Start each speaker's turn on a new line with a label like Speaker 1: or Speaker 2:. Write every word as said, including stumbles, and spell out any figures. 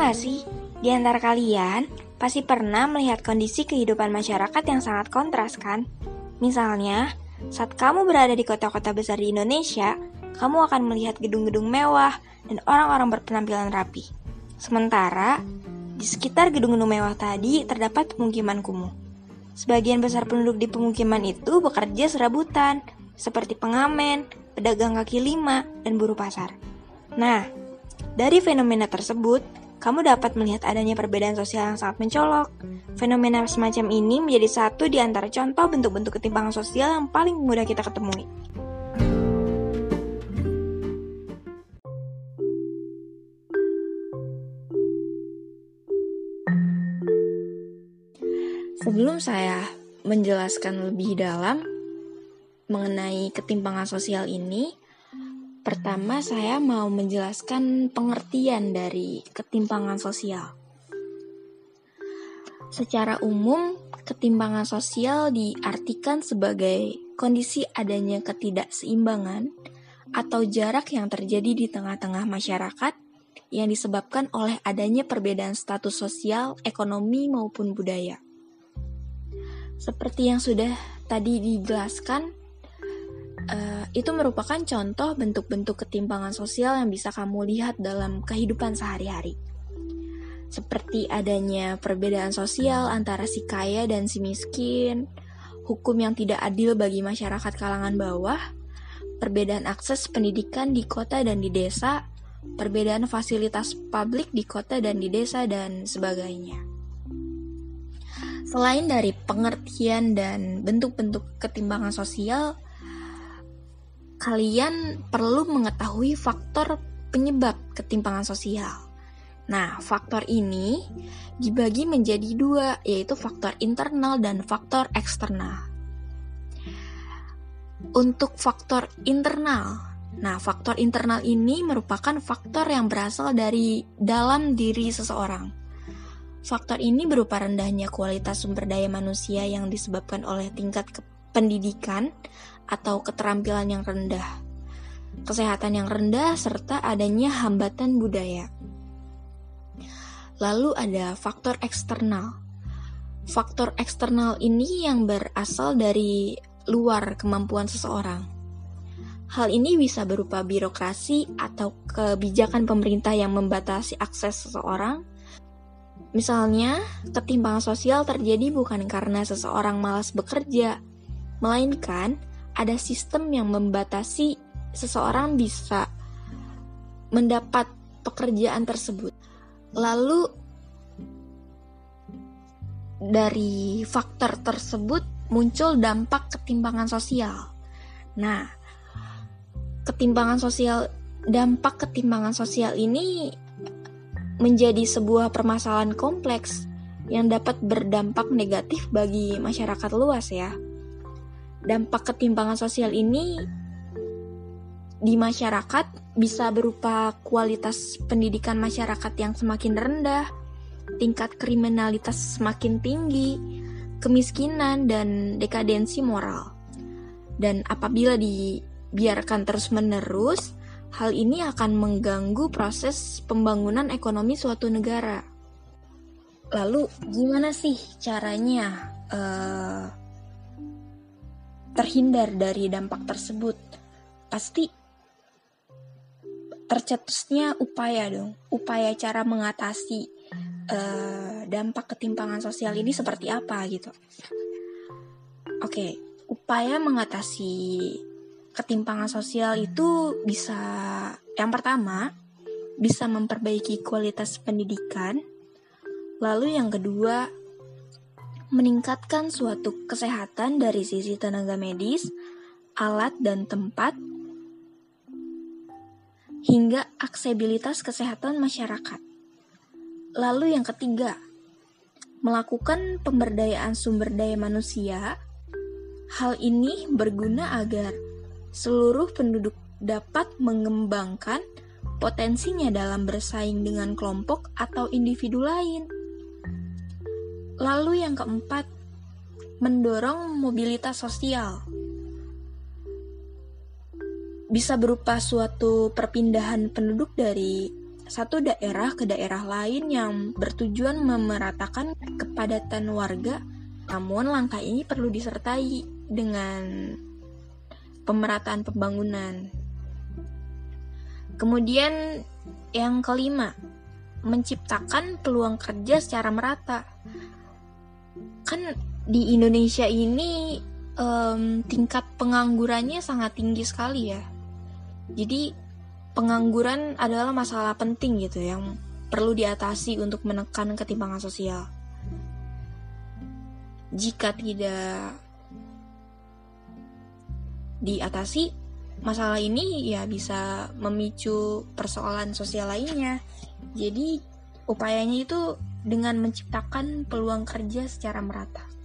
Speaker 1: nggak sih, di antara kalian pasti pernah melihat kondisi kehidupan masyarakat yang sangat kontras kan? Misalnya, saat kamu berada di kota-kota besar di Indonesia, kamu akan melihat gedung-gedung mewah dan orang-orang berpenampilan rapi. Sementara, di sekitar gedung-gedung mewah tadi terdapat pemukiman kumuh. Sebagian besar penduduk di pemukiman itu bekerja serabutan, seperti pengamen, pedagang kaki lima, dan buruh pasar. Nah, dari fenomena tersebut, kamu dapat melihat adanya perbedaan sosial yang sangat mencolok. Fenomena semacam ini menjadi satu di antara contoh bentuk-bentuk ketimpangan sosial yang paling mudah kita ketemui. Sebelum saya menjelaskan lebih dalam mengenai ketimpangan sosial ini, pertama saya mau menjelaskan pengertian dari ketimpangan sosial. Secara umum, ketimpangan sosial diartikan sebagai kondisi adanya ketidakseimbangan atau jarak yang terjadi di tengah-tengah masyarakat yang disebabkan oleh adanya perbedaan status sosial, ekonomi, maupun budaya. Seperti yang sudah tadi dijelaskan, uh, itu merupakan contoh bentuk-bentuk ketimpangan sosial yang bisa kamu lihat dalam kehidupan sehari-hari. Seperti adanya perbedaan sosial antara si kaya dan si miskin, hukum yang tidak adil bagi masyarakat kalangan bawah, perbedaan akses pendidikan di kota dan di desa, perbedaan fasilitas publik di kota dan di desa, dan sebagainya. Selain dari pengertian dan bentuk-bentuk ketimpangan sosial, kalian perlu mengetahui faktor penyebab ketimpangan sosial. Nah, faktor ini dibagi menjadi dua, yaitu faktor internal dan faktor eksternal. Untuk faktor internal, nah faktor internal ini merupakan faktor yang berasal dari dalam diri seseorang. Faktor ini berupa rendahnya kualitas sumber daya manusia yang disebabkan oleh tingkat pendidikan atau keterampilan yang rendah, kesehatan yang rendah, serta adanya hambatan budaya. Lalu ada faktor eksternal. Faktor eksternal ini yang berasal dari luar kemampuan seseorang. Hal ini bisa berupa birokrasi atau kebijakan pemerintah yang membatasi akses seseorang. Misalnya, ketimpangan sosial terjadi bukan karena seseorang malas bekerja, melainkan ada sistem yang membatasi seseorang bisa mendapat pekerjaan tersebut. Lalu, dari faktor tersebut muncul dampak ketimpangan sosial. Nah, ketimpangan sosial, dampak ketimpangan sosial ini menjadi sebuah permasalahan kompleks yang dapat berdampak negatif bagi masyarakat luas ya. Dampak ketimpangan sosial ini di masyarakat bisa berupa kualitas pendidikan masyarakat yang semakin rendah, tingkat kriminalitas semakin tinggi, kemiskinan, dan dekadensi moral. Dan apabila dibiarkan terus-menerus, hal ini akan mengganggu proses pembangunan ekonomi suatu negara. Lalu gimana sih caranya uh, terhindar dari dampak tersebut? Pasti tercetusnya upaya dong, upaya cara mengatasi uh, dampak ketimpangan sosial ini seperti apa gitu. Oke, upaya mengatasi ketimpangan sosial itu bisa, yang pertama, bisa memperbaiki kualitas pendidikan. Lalu yang kedua, meningkatkan suatu kesehatan dari sisi tenaga medis, alat dan tempat, hingga aksesibilitas kesehatan masyarakat. Lalu yang ketiga, melakukan pemberdayaan sumber daya manusia. Hal ini berguna agar seluruh penduduk dapat mengembangkan potensinya dalam bersaing dengan kelompok atau individu lain. Lalu yang keempat, mendorong mobilitas sosial. Bisa berupa suatu perpindahan penduduk dari satu daerah ke daerah lain yang bertujuan memeratakan kepadatan warga. Namun langkah ini perlu disertai dengan pemerataan pembangunan. Kemudian yang kelima, menciptakan peluang kerja secara merata. Kan di Indonesia ini um, tingkat penganggurannya sangat tinggi sekali ya. Jadi pengangguran adalah masalah penting gitu yang perlu diatasi untuk menekan ketimpangan sosial. Jika tidak diatasi, masalah ini ya bisa memicu persoalan sosial lainnya. Jadi upayanya itu dengan menciptakan peluang kerja secara merata.